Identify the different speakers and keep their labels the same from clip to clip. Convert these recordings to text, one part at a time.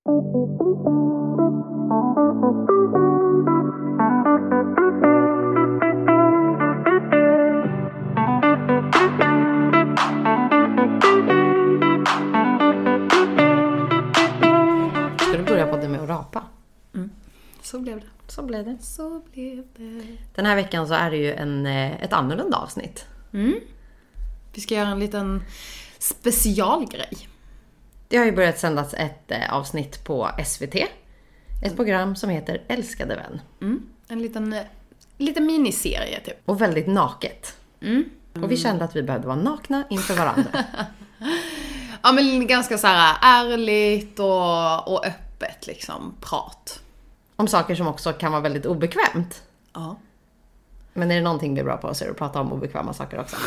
Speaker 1: Ska du börja podden med att rapa?
Speaker 2: Så blev det.
Speaker 1: Den här veckan så är det ju ett annorlunda avsnitt.
Speaker 2: Vi ska göra en liten specialgrej.
Speaker 1: Det har ju börjat sändas ett avsnitt på SVT. Ett program som heter Älskade vän.
Speaker 2: En liten miniserie typ.
Speaker 1: Och väldigt naket. Och vi kände att vi behövde vara nakna inför varandra.
Speaker 2: Ja, men ganska så här ärligt och öppet liksom, prat.
Speaker 1: Om saker som också kan vara väldigt obekvämt.
Speaker 2: Ja.
Speaker 1: Men är det någonting vi är bra på så är det att prata om obekväma saker också.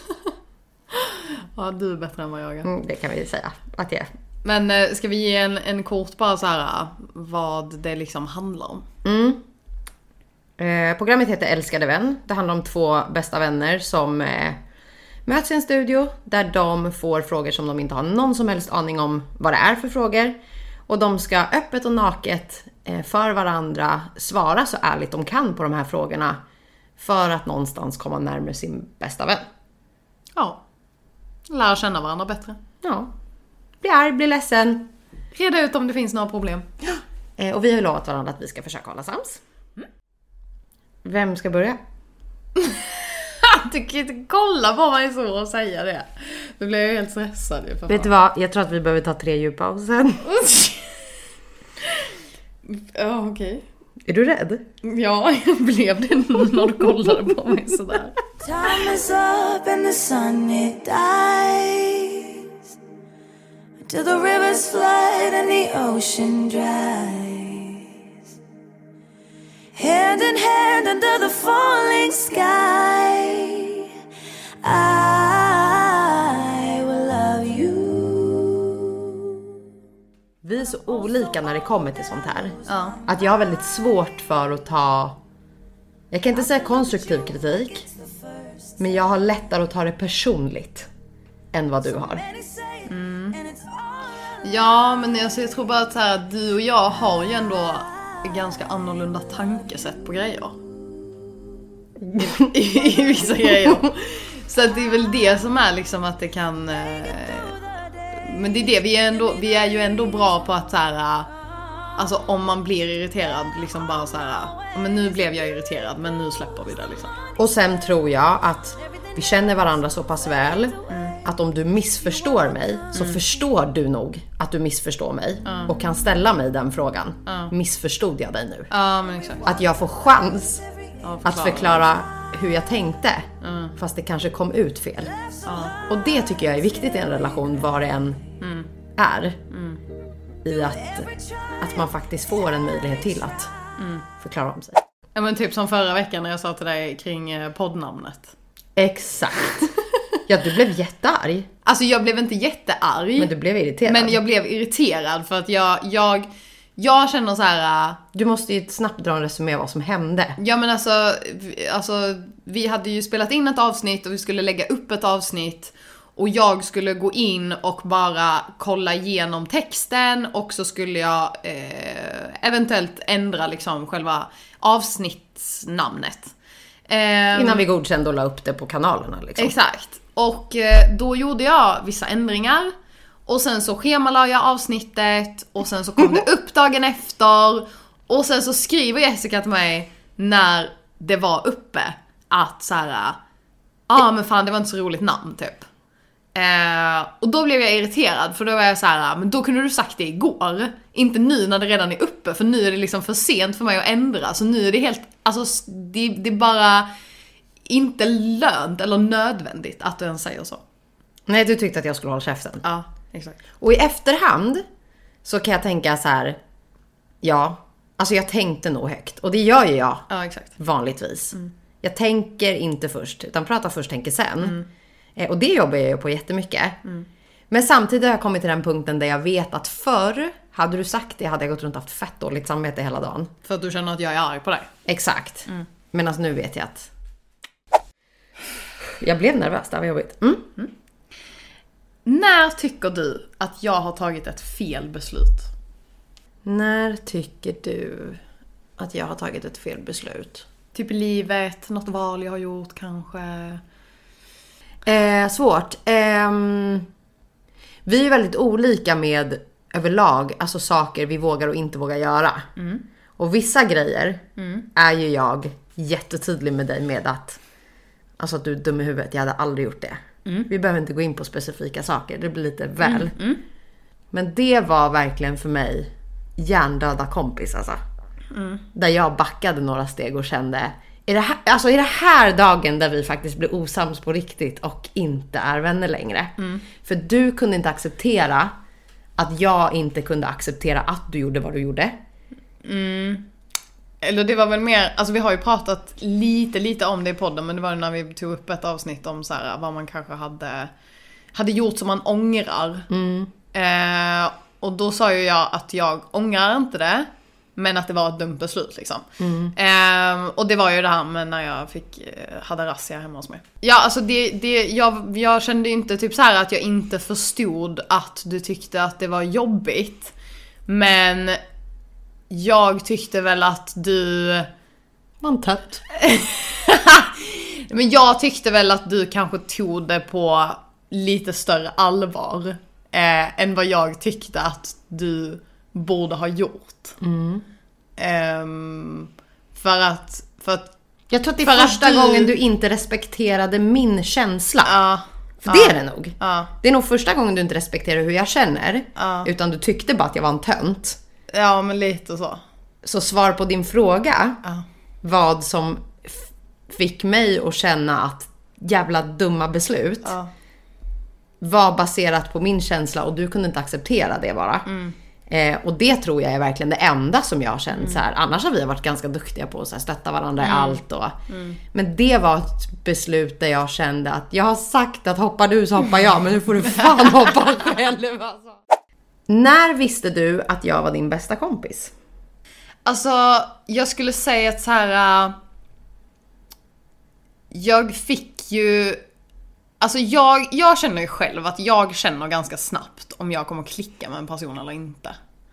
Speaker 2: Ja, du är bättre än vad jag är.
Speaker 1: Det kan vi säga att det är.
Speaker 2: Men ska vi ge en kort bara så här vad det liksom handlar om?
Speaker 1: Programmet heter Älskade vän. Det handlar om 2 bästa vänner som möts i en studio där de får frågor som de inte har någon som helst aning om vad det är för frågor. Och de ska öppet och naket för varandra svara så ärligt de kan på de här frågorna för att någonstans komma närmare sin bästa vän.
Speaker 2: Ja. Lära känna varandra bättre.
Speaker 1: Ja. Bli arg, bli ledsen.
Speaker 2: Reda ut om det finns några problem.
Speaker 1: Och vi har lovat varandra att vi ska försöka hålla sams. Vem ska börja?
Speaker 2: Du kan inte kolla på mig så och säga det. Då blir jag helt stressad.
Speaker 1: Vet du vad? Jag tror att vi behöver ta 3 djuppauser.
Speaker 2: Ja, okej.
Speaker 1: Är du rädd?
Speaker 2: Ja, jag blev det när du kollade på mig sådär.
Speaker 3: Time is up and the sun it dies, till the rivers flood and the ocean dries. Hand in hand under the falling sky, I will love you.
Speaker 1: Vi är så olika när det kommer till sånt här.
Speaker 2: Ja.
Speaker 1: Att jag har väldigt svårt för att ta... Jag kan inte säga konstruktiv kritik. Men jag har lättare att ta det personligt än vad du har.
Speaker 2: Ja, men jag tror bara att så här, du och jag har ju ändå ganska annorlunda tankesätt på grejer. I vissa grejer. Så att det är väl det som är liksom att det kan... Men det är det, vi är ju ändå bra på att så här, alltså om man blir irriterad liksom bara så här, men nu blev jag irriterad men nu släpper vi det liksom.
Speaker 1: Och sen tror jag att vi känner varandra så pass väl att om du missförstår mig så förstår du nog att du missförstår mig och kan ställa mig den frågan. Missförstod jag dig nu?
Speaker 2: Ja, men exakt.
Speaker 1: Att jag får chans att förklara hur jag tänkte fast det kanske kom ut fel. Och det tycker jag är viktigt i en relation, vad det än är. I att man faktiskt får en möjlighet till att förklara om sig.
Speaker 2: Ja, men typ som förra veckan när jag sa till dig kring poddnamnet.
Speaker 1: Exakt. Ja, du blev jättearg.
Speaker 2: Alltså jag blev inte jättearg.
Speaker 1: Men du blev irriterad.
Speaker 2: Men jag blev irriterad för att jag känner så här.
Speaker 1: Du måste ju snabbt dra en resumé vad som hände.
Speaker 2: Ja, men alltså vi hade ju spelat in ett avsnitt och vi skulle lägga upp ett avsnitt. Och jag skulle gå in och bara kolla igenom texten. Och så skulle jag eventuellt ändra liksom själva avsnittsnamnet.
Speaker 1: Innan vi godkände och la upp det på kanalerna liksom.
Speaker 2: Exakt. Och då gjorde jag vissa ändringar. Och sen så schemalade jag avsnittet. Och sen så kom det upp dagen efter. Och sen så skriver Jessica till mig när det var uppe att så här, men fan det var inte så roligt namn typ. Och då blev jag irriterad för då var jag så här, men då kunde du sagt det igår, inte nu när det redan är uppe, för nu är det liksom för sent för mig att ändra, så nu är det helt, alltså det är bara inte lönt eller nödvändigt att du ens säger så.
Speaker 1: Nej, du tyckte att jag skulle hålla käften.
Speaker 2: Ja, exakt.
Speaker 1: Och i efterhand så kan jag tänka så här, ja, alltså jag tänkte nog högt, och det gör ju jag
Speaker 2: exakt.
Speaker 1: Vanligtvis. Jag tänker inte först, utan pratar först, tänker sen. Och det jobbar jag ju på jättemycket. Men samtidigt har jag kommit till den punkten där jag vet att förr, hade du sagt det, hade jag gått runt och haft fett dåligt samvete hela dagen.
Speaker 2: För att du känner att jag är arg på dig.
Speaker 1: Exakt. Men alltså nu vet jag att jag blev nervös, det var jobbigt.
Speaker 2: När tycker du att jag har tagit ett fel beslut?
Speaker 1: När tycker du att jag har tagit ett fel beslut?
Speaker 2: Typ i livet, något val jag har gjort kanske.
Speaker 1: Svårt. Vi är väldigt olika med överlag, alltså saker vi vågar och inte vågar göra. Och vissa grejer är ju jag jättetydlig med dig med att alltså att du är dum i huvudet, jag hade aldrig gjort det. Vi behöver inte gå in på specifika saker, det blir lite väl. Men det var verkligen för mig hjärndöda kompis alltså. Där jag backade några steg och kände är det här dagen där vi faktiskt blir osams på riktigt och inte är vänner längre. För du kunde inte acceptera att jag inte kunde acceptera att du gjorde vad du gjorde.
Speaker 2: Eller det var väl mer, alltså vi har ju pratat lite om det i podden, men det var när vi tog upp ett avsnitt om så här, vad man kanske hade gjort som man ångrar. Och då sa ju jag att jag ångrar inte det, men att det var ett dumt beslut liksom. Och det var ju det här med när jag hade razzia hemma hos mig. Ja, alltså jag kände inte typ så här att jag inte förstod att du tyckte att det var jobbigt. Men jag tyckte väl att du
Speaker 1: var trött.
Speaker 2: Men jag tyckte väl att du kanske tog det på lite större allvar än vad jag tyckte att du borde ha gjort. För att
Speaker 1: jag tror att det är första gången du inte respekterade min känsla. För det är det nog. Det är nog första gången du inte respekterar hur jag känner. Utan du tyckte bara att jag var en tönt.
Speaker 2: Ja, men lite så.
Speaker 1: Så svar på din fråga. Vad som fick mig att känna att jävla dumma beslut var baserat på min känsla. Och du kunde inte acceptera det bara. Och det tror jag är verkligen det enda som jag har känt så här. Annars har vi varit ganska duktiga på att så här, stötta varandra i allt men det var ett beslut där jag kände att jag har sagt att hoppar du så hoppar jag, men nu får du fan hoppa själv alltså. När visste du att jag var din bästa kompis?
Speaker 2: Alltså, jag skulle säga att så här, jag fick ju, alltså jag känner ju själv att jag känner ganska snabbt om jag kommer att klicka med en person eller inte.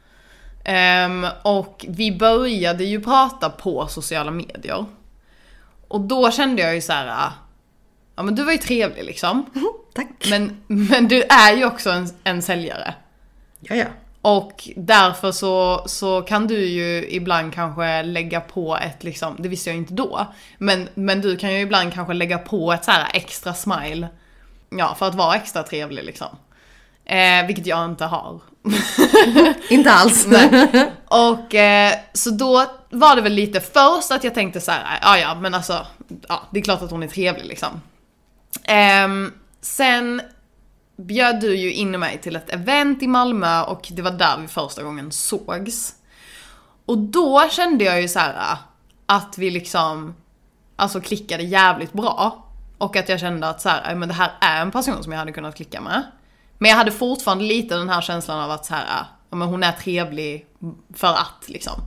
Speaker 2: Och vi började ju prata på sociala medier. Och då kände jag ju så här, ja men du var ju trevlig liksom.
Speaker 1: Tack.
Speaker 2: Men du är ju också en säljare.
Speaker 1: Ja.
Speaker 2: Och därför så kan du ju ibland kanske lägga på ett liksom, det visste jag inte då. Men du kan ju ibland kanske lägga på ett så här extra smile. Ja, för att vara extra trevlig liksom. Vilket jag inte har.
Speaker 1: Inte alls.
Speaker 2: Nej. Och så då var det väl lite först att jag tänkte så här, ja men alltså, ja, det är klart att hon är trevlig liksom. Sen bjöd du ju in mig till ett event i Malmö och det var där vi första gången sågs. Och då kände jag ju så här att vi liksom alltså klickade jävligt bra. Och att jag kände att så här, men det här är en person som jag hade kunnat klicka med. Men jag hade fortfarande lite den här känslan av att så här, ja, men hon är trevlig för att liksom.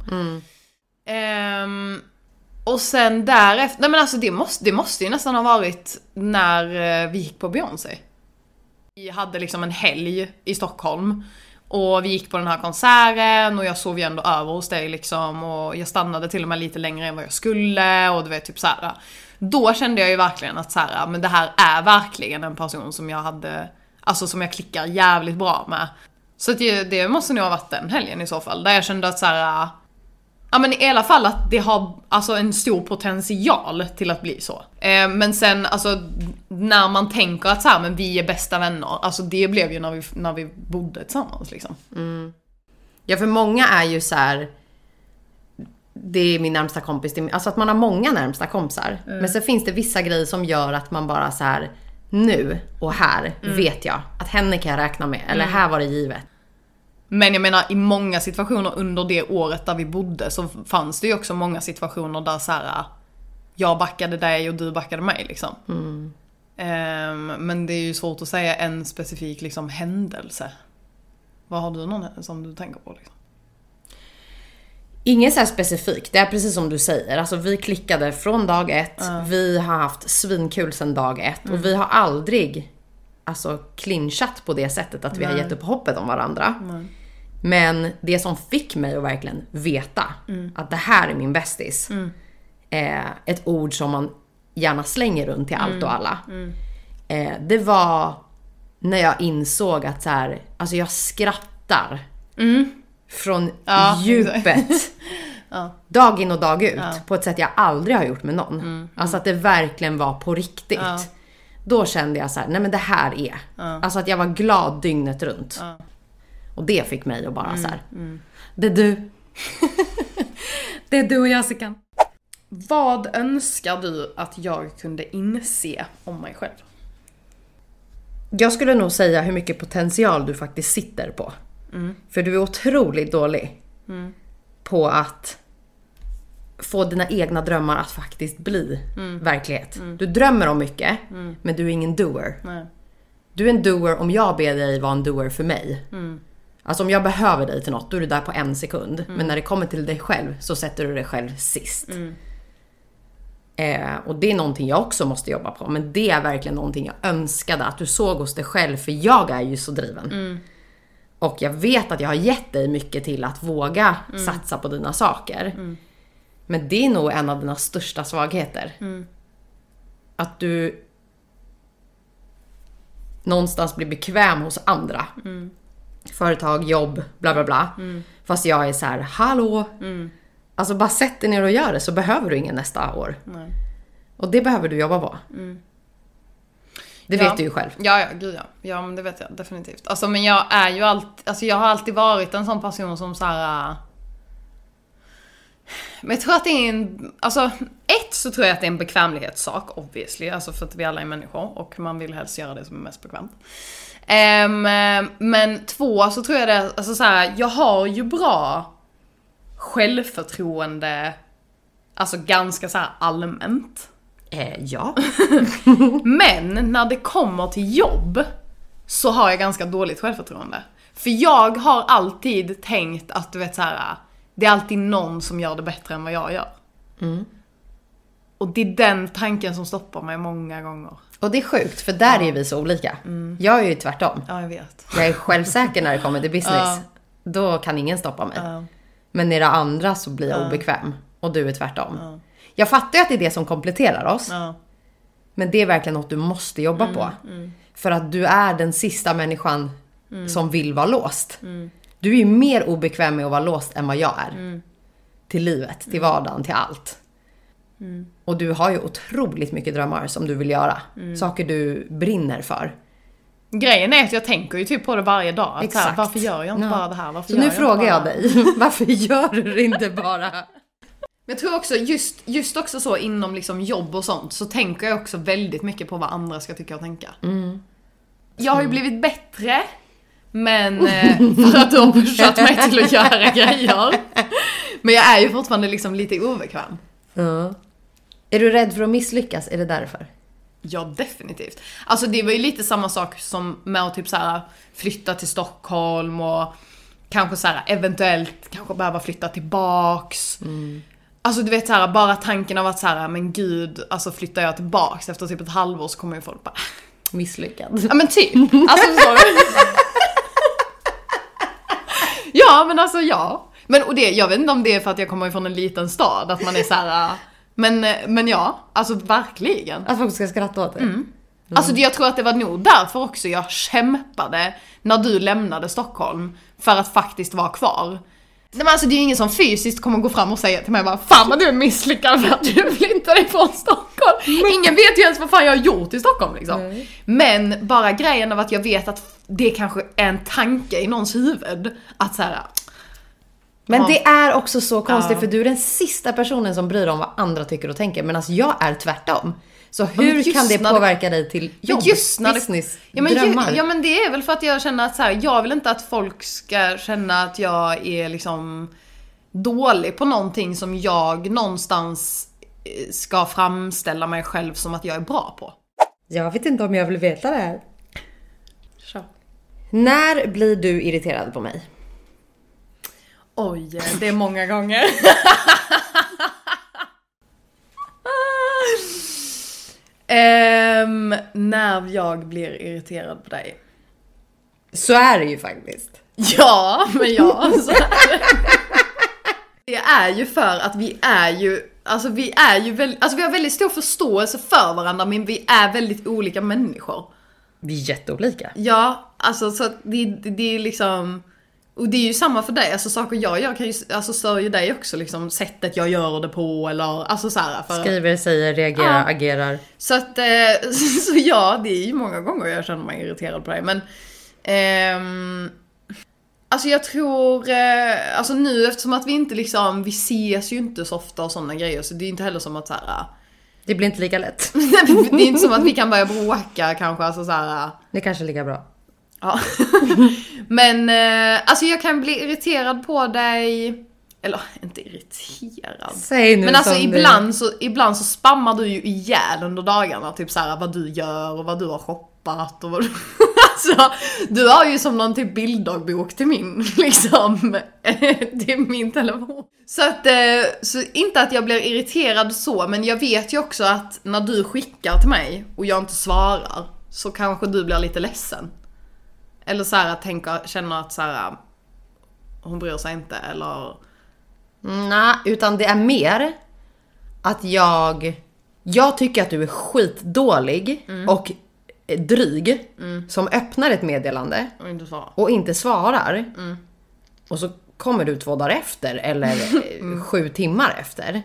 Speaker 2: Och sen därefter, nej men alltså det måste ju nästan ha varit när vi gick på Beyoncé. Vi hade liksom en helg i Stockholm och vi gick på den här konserten och jag sov ju ändå över hos dig liksom och jag stannade till och med lite längre än vad jag skulle och du vet typ så här. Då kände jag ju verkligen att så här, men det här är verkligen en person som jag hade, alltså som jag klickar jävligt bra med. Så att det måste nog ha varit den helgen i så fall där jag kände att så här, ja men i alla fall att det har alltså en stor potential till att bli så. Men sen alltså när man tänker att så här, men vi är bästa vänner, alltså det blev ju när vi bodde tillsammans liksom.
Speaker 1: Ja, för många är ju så här, det är min närmsta kompis, alltså att man har många närmsta kompisar. Men så finns det vissa grejer som gör att man bara så här, nu och här vet jag att henne kan jag räkna med, eller här var det givet.
Speaker 2: Men jag menar, i många situationer under det året där vi bodde så fanns det ju också många situationer där så här, jag backade dig och du backade mig liksom. Men det är ju svårt att säga en specifik liksom händelse. Vad har du någon som du tänker på liksom?
Speaker 1: Ingen så här specifik, det är precis som du säger. Alltså vi klickade från dag ett, vi har haft svinkul sedan dag ett och vi har aldrig alltså clinchat på det sättet att vi har gett upp hoppet om varandra. Men det som fick mig att verkligen veta att det här är min bästis. Ett ord som man gärna slänger runt till allt och alla. Det var när jag insåg att så här, alltså jag skrattar från djupet. Dag in och dag ut. På ett sätt jag aldrig har gjort med någon. Alltså att det verkligen var på riktigt. Då kände jag så här, nej men det här är. Alltså att jag var glad dygnet runt. Och det fick mig att bara så här. Det är du. Det är du och Jessica.
Speaker 2: Vad önskar du att jag kunde inse om mig själv?
Speaker 1: Jag skulle nog säga hur mycket potential du faktiskt sitter på. För du är otroligt dålig på att få dina egna drömmar att faktiskt bli verklighet. Du drömmer om mycket, men du är ingen doer.
Speaker 2: Nej.
Speaker 1: Du är en doer om jag ber dig vara en doer för mig. Alltså om jag behöver dig till något, då är du där på 1 sekund. Men när det kommer till dig själv så sätter du dig själv sist. Och det är någonting jag också måste jobba på. Men det är verkligen någonting jag önskade att du såg hos dig själv. För jag är ju så driven. Och jag vet att jag har gett dig mycket till att våga satsa på dina saker. Men det är nog en av dina största svagheter. Att du någonstans blir bekväm hos andra. Företag, jobb, bla bla bla. Fast jag är så här, hallå. Alltså bara sätt dig ner och gör det, så behöver du ingen nästa år.
Speaker 2: Nej.
Speaker 1: Och det behöver du jobba på. Det vet du ju själv.
Speaker 2: Ja, gud ja. Ja, men det vet jag definitivt. Alltså, men jag är ju alltid, alltså jag har alltid varit en sån person som så här. Men jag tror att det är en, alltså så tror jag att det är en bekvämlighetssak, obviously. Alltså för att vi alla är människor och man vill helst göra det som är mest bekvämt. Men 2 så tror jag det, alltså så här, jag har ju bra självförtroende, alltså ganska så här allmänt.
Speaker 1: Ja.
Speaker 2: Men när det kommer till jobb så har jag ganska dåligt självförtroende. För jag har alltid tänkt att du vet så här, det är alltid någon som gör det bättre än vad jag gör. Och det är den tanken som stoppar mig många gånger.
Speaker 1: Och det är sjukt, för där är vi så olika. Jag är ju tvärtom.
Speaker 2: Ja, jag vet.
Speaker 1: Jag är självsäker när det kommer till business. Då kan ingen stoppa mig. Men i det andra så blir jag obekväm. Och du är tvärtom. Jag fattar ju att det är det som kompletterar oss. Men det är verkligen något du måste jobba på. För att du är den sista människan som vill vara låst. Du är ju mer obekväm med att vara låst än vad jag är. Till livet, till vardagen, till allt. Och du har ju otroligt mycket drömmar som du vill göra. Saker du brinner för.
Speaker 2: Grejen är att jag tänker ju typ på det varje dag. Att
Speaker 1: Exakt.
Speaker 2: så här, varför gör jag inte bara det här? Varför
Speaker 1: så nu frågar jag dig, varför gör du det inte bara?
Speaker 2: Men jag tror också, just också så inom liksom jobb och sånt, så tänker jag också väldigt mycket på vad andra ska tycka och tänka. Jag har ju blivit bättre, men för att du har pushat mig till att göra grejer. Men jag är ju fortfarande liksom lite obekväm.
Speaker 1: Ja. Är du rädd för att misslyckas? Är det därför?
Speaker 2: Ja, definitivt. Alltså det var ju lite samma sak som med att typ så här flytta till Stockholm och kanske så här eventuellt kanske behöva flytta tillbaks. Alltså du vet så här, bara tanken av att så här, men gud, alltså flyttar jag tillbaks efter typ ett halvår så kommer ju folk bara
Speaker 1: misslyckad.
Speaker 2: Ja men typ. Alltså så. Ja, men alltså ja. Men och det, jag vet inte om det är för att jag kommer ifrån en liten stad att man är så här. Men ja, alltså verkligen.
Speaker 1: Att folk ska skratta åt det.
Speaker 2: Alltså jag tror att det var nog därför också jag kämpade när du lämnade Stockholm för att faktiskt vara kvar. Nej, men alltså det är ju ingen som fysiskt kommer gå fram och säga till mig bara, fan vad du är misslyckad för att du flyttade ifrån Stockholm. Ingen vet ju ens vad fan jag har gjort i Stockholm liksom. Men bara grejen av att jag vet att det kanske är en tanke i någons huvud att så här.
Speaker 1: Men det är också så konstigt för du är den sista personen som bryr om vad andra tycker och tänker. Men alltså jag är tvärtom. Så hur kan det påverka dig till jobb, business, drömmar?
Speaker 2: Ja men det är väl för att jag känner att så här, jag vill inte att folk ska känna att jag är liksom dålig på någonting som jag någonstans ska framställa mig själv som att jag är bra på.
Speaker 1: Jag vet inte om jag vill veta det här.
Speaker 2: Så.
Speaker 1: När blir du irriterad på mig?
Speaker 2: Oj, det är många gånger. När jag blir irriterad på dig.
Speaker 1: Så är det ju faktiskt.
Speaker 2: Ja, men ja. Så. Det är ju för att vi har väldigt stor förståelse för varandra, men vi är väldigt olika människor.
Speaker 1: Vi är jätteolika.
Speaker 2: Ja, alltså så att det är liksom... Och det är ju samma för dig, alltså saker jag gör kan ju, alltså stör ju dig också liksom, sättet jag gör det på eller, alltså så här,
Speaker 1: skriver, säger, reagerar, agerar.
Speaker 2: Så att, så ja, det är ju många gånger jag känner mig irriterad på dig, men alltså jag tror, alltså nu eftersom att vi inte liksom, vi ses ju inte så ofta och sådana grejer, så det är inte heller som att så här.
Speaker 1: Det blir inte lika lätt.
Speaker 2: Det är inte som att vi kan börja bråka kanske, alltså så här.
Speaker 1: Det kanske är lika bra.
Speaker 2: Ja. Men alltså jag kan bli irriterad på dig. Eller inte irriterad.
Speaker 1: Säg nu.
Speaker 2: Men alltså ibland så spammar du ju ihjäl under dagarna. Typ såhär vad du gör och vad du har shoppat och vad du... Alltså, du har ju som någon typ bilddagbok till min liksom. Till min telefon. Så att, så inte att jag blir irriterad så. Men jag vet ju också att när du skickar till mig och jag inte svarar, så kanske du blir lite ledsen. Eller så här att känna att så här, hon bryr sig inte, eller...
Speaker 1: Nej, utan det är mer att jag tycker att du är skitdålig och dryg som öppnar ett meddelande och inte svarar. Och så kommer du 2 dagar efter eller 7 timmar efter.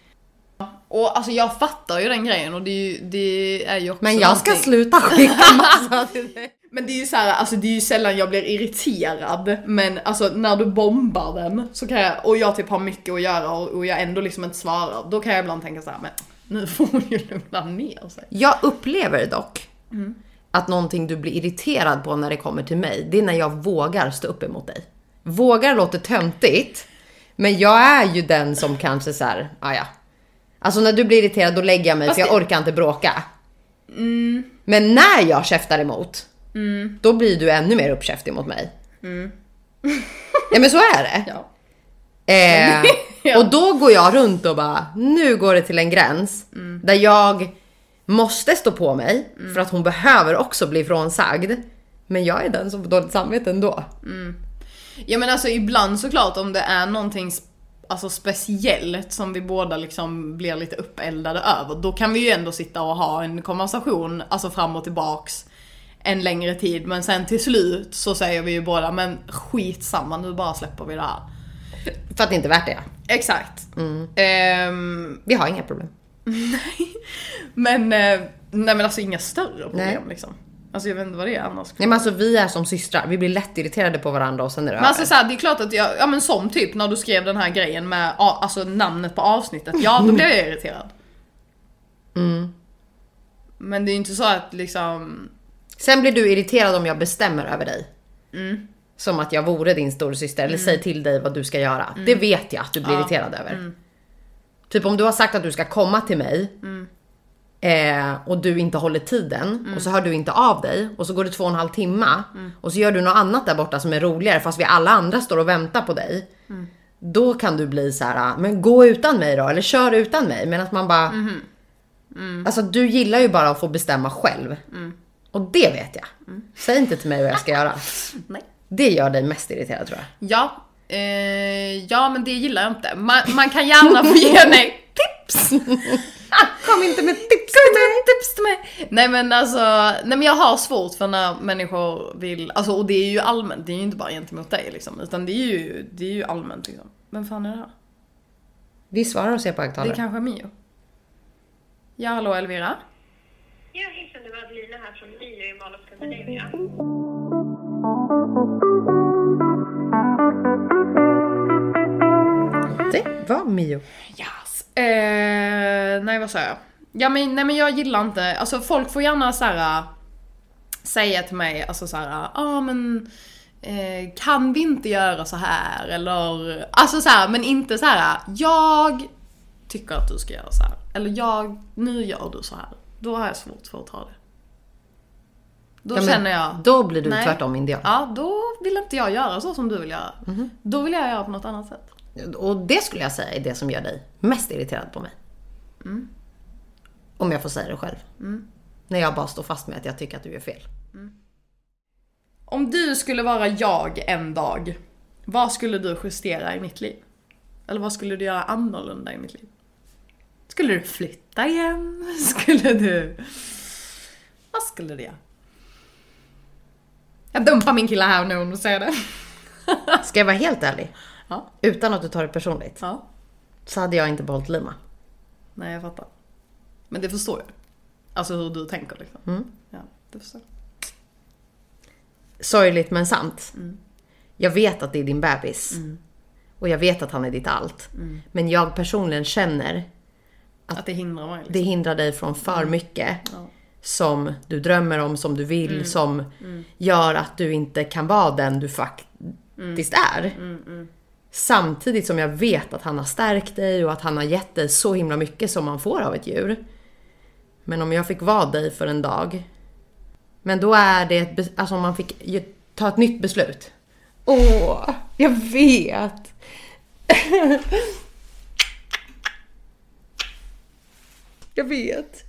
Speaker 2: Och alltså jag fattar ju den grejen, och det är ju också...
Speaker 1: Men jag ska sluta skicka massa till dig.
Speaker 2: Men det är ju så här, alltså det är ju sällan jag blir irriterad, men alltså när du bombar den så kan jag, och jag typ har mycket att göra och jag ändå liksom inte svarar, då kan jag ibland tänka så här, men nu får hon ju lugna ner sig.
Speaker 1: Jag upplever dock att någonting du blir irriterad på när det kommer till mig, det är när jag vågar stå upp emot dig. Vågar låter töntigt, men jag är ju den som kanske så här, ja. Alltså när du blir irriterad, då lägger jag mig, för jag orkar inte bråka. Men när jag käftar emot, då blir du ännu mer uppkäftig mot mig. Ja, men så är det.
Speaker 2: Ja.
Speaker 1: Ja. Och då går jag runt och bara, nu går det till en gräns där jag måste stå på mig för att hon behöver också bli frånsagd. Men jag är den som får dåligt samvete ändå.
Speaker 2: Ja, men alltså ibland såklart, om det är någonting alltså speciellt som vi båda liksom blir lite uppeldade över, då kan vi ju ändå sitta och ha en konversation, alltså fram och tillbaks en längre tid, men sen till slut så säger vi ju båda, men skitsamma, nu bara släpper vi det här.
Speaker 1: För att det inte är värt det.
Speaker 2: Exakt.
Speaker 1: Vi har inga problem.
Speaker 2: Nej, men alltså inga större problem liksom. Alltså jag vet inte vad det är annars.
Speaker 1: Nej, men alltså vi är som systrar. Vi blir lätt irriterade på varandra och sen är det
Speaker 2: men alltså så här, det är klart att ja men som typ när du skrev den här grejen med alltså namnet på avsnittet. Ja, då blev jag irriterad. Men det är ju inte så att liksom...
Speaker 1: Sen blir du irriterad om jag bestämmer över dig. Som att jag vore din storasyster eller säger till dig vad du ska göra. Det vet jag att du blir irriterad över. Typ om du har sagt att du ska komma till mig och du inte håller tiden och så hör du inte av dig och så går det 2,5 timmar och så gör du något annat där borta som är roligare fast vi alla andra står och väntar på dig. Då kan du bli så här, men gå utan mig då, eller kör utan mig. Men att man bara alltså du gillar ju bara att få bestämma själv. Och det vet jag. Säg inte till mig vad jag ska göra.
Speaker 2: Nej.
Speaker 1: Det gör dig mest irriterad, tror jag.
Speaker 2: Ja, ja, men det gillar jag inte. Man kan gärna få ge mig tips.
Speaker 1: Kom inte med tips
Speaker 2: till mig. Nej, men alltså, men jag har svårt för när människor vill, alltså, och det är ju allmänt, det är ju inte bara gentemot dig liksom, utan det är ju allmänt liksom. Vem fan är det här?
Speaker 1: Vi svarar och ser på högtalare.
Speaker 2: Det kanske är Mio. Ja, hallå Elvira.
Speaker 4: Ja, hejsan, det var Adelina här från Mio i Mall of Scandinavia.
Speaker 1: Det var Mio.
Speaker 2: Yes. Nej, vad sa jag? Ja, men, nej, men jag gillar inte, alltså folk får gärna så här säga till mig, alltså så här, men kan vi inte göra så här, eller alltså så här, men inte så här, jag tycker att du ska göra så här, eller nu gör du så här. Då har jag svårt för att ta det. Då känner jag,
Speaker 1: då blir du tvärtom indian.
Speaker 2: Ja, då vill inte jag göra så som du vill göra. Då vill jag göra på något annat sätt.
Speaker 1: Och det skulle jag säga är det som gör dig mest irriterad på mig. Om jag får säga det själv. När jag bara står fast med att jag tycker att du gör fel.
Speaker 2: Om du skulle vara jag en dag, vad skulle du justera i mitt liv? Eller vad skulle du göra annorlunda i mitt liv? Skulle du flytta igen? Vad skulle du göra? Jag dumpar min kille här nu om du säger det.
Speaker 1: Ska jag vara helt ärlig?
Speaker 2: Ja.
Speaker 1: Utan att du tar det personligt.
Speaker 2: Ja.
Speaker 1: Så hade jag inte behållit Lima.
Speaker 2: Nej, jag fattar. Men det förstår jag. Alltså hur du tänker liksom. Ja, det förstår jag.
Speaker 1: Sorgligt men sant. Jag vet att det är din bebis. Och jag vet att han är ditt allt. Men jag personligen känner
Speaker 2: att det hindrar mig liksom.
Speaker 1: Det hindrar dig från för mycket.
Speaker 2: Ja.
Speaker 1: Som du drömmer om, som du vill. Som gör att du inte kan vara den du faktiskt är. Samtidigt som jag vet att han har stärkt dig. Och att han har gett dig så himla mycket som man får av ett djur. Men om jag fick vara dig för en dag. Men då är det alltså om man fick ta ett nytt beslut. Jag vet. Jag vet.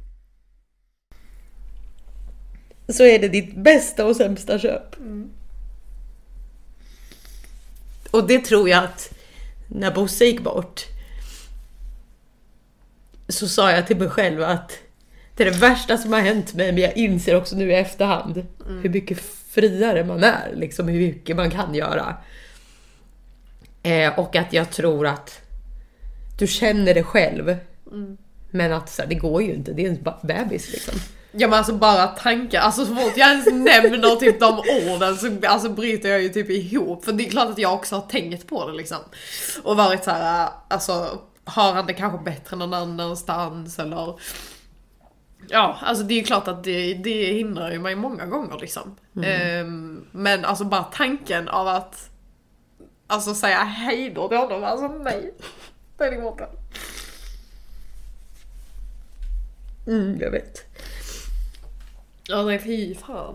Speaker 1: Så är det ditt bästa och sämsta köp. Och det tror jag att när Bosse gick bort så sa jag till mig själv att det är det värsta som har hänt mig, men jag inser också nu i efterhand hur mycket friare man är, liksom hur mycket man kan göra. Och att jag tror att du känner det själv. Men att så här, det går ju inte, det är en bebis liksom.
Speaker 2: Ja men alltså bara tankar, alltså så fort jag ens nämner typ de orden så alltså bryter jag ju typ ihop. För det är klart att jag också har tänkt på det liksom. Och varit så här, alltså har han det kanske bättre någon annanstans eller... Ja, alltså det är ju klart att det hindrar ju mig många gånger liksom. Men alltså bara tanken av att alltså säga hej då till honom, alltså nej. Det är borta.
Speaker 1: Jag vet.
Speaker 2: Ja, nej fy fan.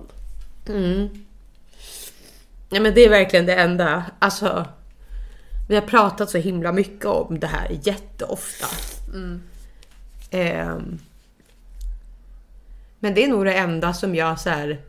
Speaker 1: Ja, men det är verkligen det enda. Alltså, vi har pratat så himla mycket om det här jätteofta. Men det är nog det enda som jag så här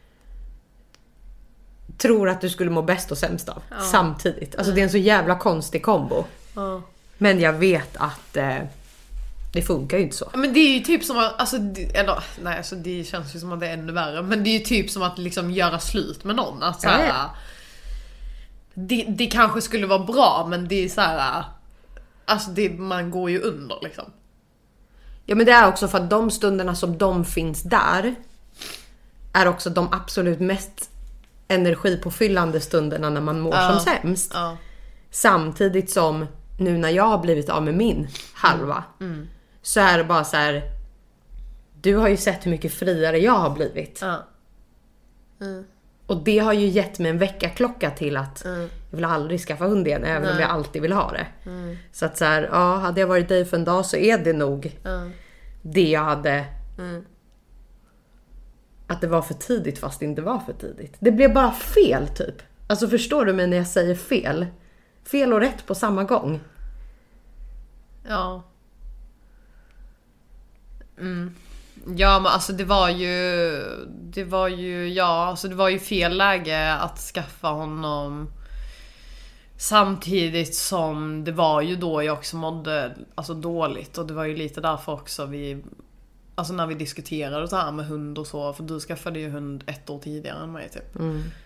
Speaker 1: tror att du skulle må bäst och sämst av samtidigt. Alltså det är en så jävla konstig kombo. Men jag vet att det funkar ju inte så.
Speaker 2: Men det är ju typ som att alltså, alltså det känns ju som att det är ännu värre. Men det är ju typ som att liksom göra slut med någon. Att så här, det kanske skulle vara bra, men det är så här, alltså man går ju under liksom.
Speaker 1: Ja, men det är också för att de stunderna som de finns där är också de absolut mest energipåfyllande stunderna när man mår som sämst. Samtidigt som nu när jag har blivit av med min halva så är det bara så här, du har ju sett hur mycket friare jag har blivit. Och det har ju gett mig en väckarklocka till att jag vill aldrig skaffa hund igen, även om jag alltid vill ha det. Så att så här, hade jag varit dig för en dag så är det nog det jag hade att det var för tidigt fast det inte var för tidigt. Det blev bara fel typ. Alltså förstår du mig när jag säger fel? Fel och rätt på samma gång.
Speaker 2: Ja. Ja, men alltså det var ju fel läge att skaffa honom samtidigt som det var ju då jag också mådde alltså dåligt, och det var ju lite därför också alltså när vi diskuterade så här med hund och så, för du skaffade ju hund 1 år tidigare än mig typ.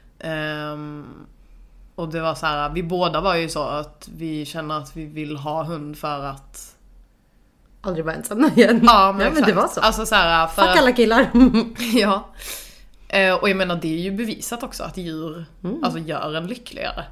Speaker 2: Och det var så här, vi båda var ju så att vi känner att vi vill ha hund för att
Speaker 1: aldrig vara ensam igen.
Speaker 2: Ja, men
Speaker 1: det var så.
Speaker 2: Alltså så här, för
Speaker 1: fuck alla killar.
Speaker 2: Ja. Och jag menar, det är ju bevisat också att djur alltså gör en lyckligare.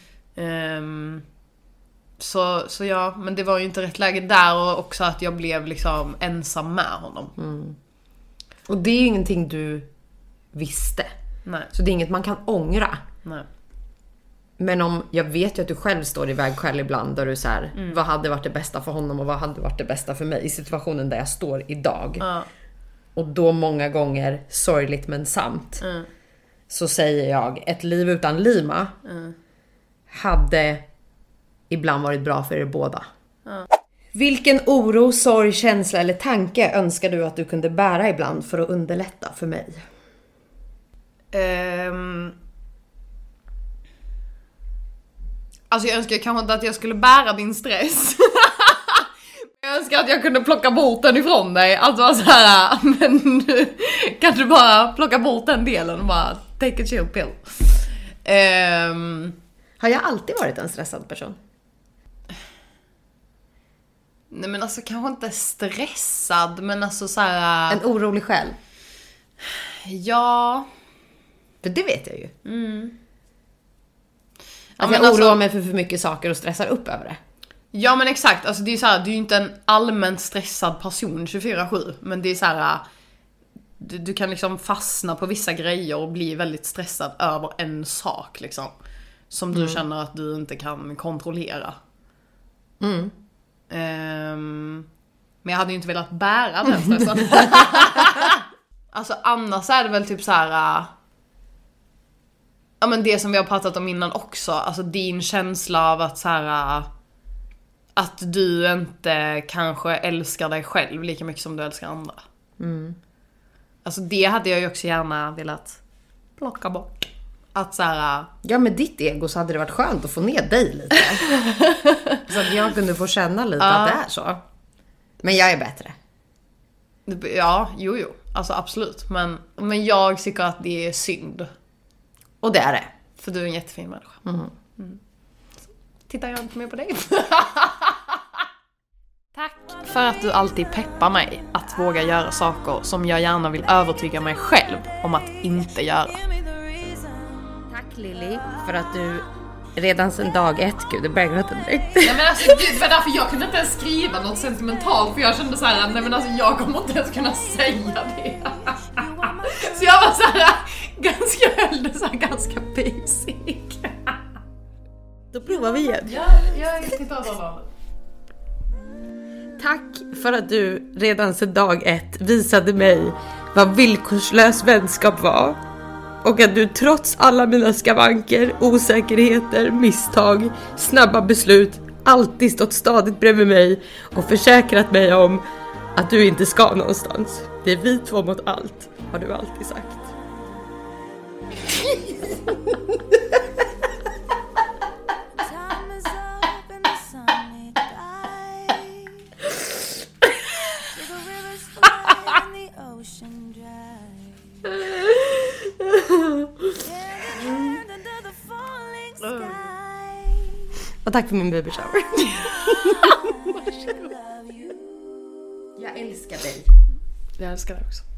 Speaker 2: Så ja, men det var ju inte rätt läge där, och också att jag blev liksom ensam med honom.
Speaker 1: Och det är ju ingenting du visste.
Speaker 2: Nej.
Speaker 1: Så det är inget man kan ångra.
Speaker 2: Nej.
Speaker 1: Men om jag vet ju att du själv står i vägskäl ibland där du så här, vad hade varit det bästa för honom och vad hade varit det bästa för mig i situationen där jag står idag. Och då många gånger, sorgligt men sant, så säger jag, ett liv utan Lima hade ibland varit bra för er båda. Vilken oro, sorg, känsla eller tanke önskar du att du kunde bära ibland för att underlätta för mig?
Speaker 2: Alltså jag önskar kanske inte att jag skulle bära din stress. Jag önskar att jag kunde plocka bort den ifrån dig. Alltså så här, men kan du bara plocka bort den delen och bara take a chill pill.
Speaker 1: Har jag alltid varit en stressad person?
Speaker 2: Nej men alltså kanske inte stressad, men alltså så här.
Speaker 1: En orolig själ?
Speaker 2: Ja.
Speaker 1: För det vet jag ju.
Speaker 2: Ja,
Speaker 1: Att
Speaker 2: men
Speaker 1: jag oroar
Speaker 2: alltså,
Speaker 1: mig för mycket saker och stressar upp över det.
Speaker 2: ja men exakt, alltså det är så här, du är ju inte en allmänt stressad person 24/7, men det är så här, du kan liksom fastna på vissa grejer och bli väldigt stressad över en sak liksom, som du känner att du inte kan kontrollera. Men jag hade ju inte velat bära den stressen. Alltså annars är det väl typ så här. Ja men det som vi har pratat om innan också, alltså din känsla av att så här, att du inte kanske älskar dig själv lika mycket som du älskar andra. Alltså det hade jag ju också gärna velat plocka bort. Att så här. Ja,
Speaker 1: med ditt ego så hade det varit skönt att få ner dig lite. Så att jag kunde få känna lite att det är så. Men jag är bättre.
Speaker 2: Ja, jo. Alltså absolut. Men jag tycker att det är synd.
Speaker 1: Och det är det.
Speaker 2: För du är en jättefin människa. Tittar jag inte mer på dig? Tack för att du alltid peppar mig att våga göra saker som jag gärna vill övertyga mig själv om att inte göra.
Speaker 1: Tack Lily för att du redan sedan dag ett, gud det börjar gråta direkt.
Speaker 2: Nej men alltså det var därför jag kunde inte ens skriva något sentimentalt, för jag kände så här: nej men alltså jag kommer inte ens kunna säga det. Så jag var så här ganska basic.
Speaker 1: Då provar vi igen.
Speaker 2: Jag tittar på honom.
Speaker 1: Tack för att du redan sedan dag ett visade mig vad villkorslös vänskap var. Och att du trots alla mina skavanker, osäkerheter, misstag, snabba beslut alltid stått stadigt bredvid mig och försäkrat mig om att du inte ska någonstans. Det är vi två mot allt, har du alltid sagt. Och tack för min baby shower. Jag älskar dig.
Speaker 2: Jag älskar dig också.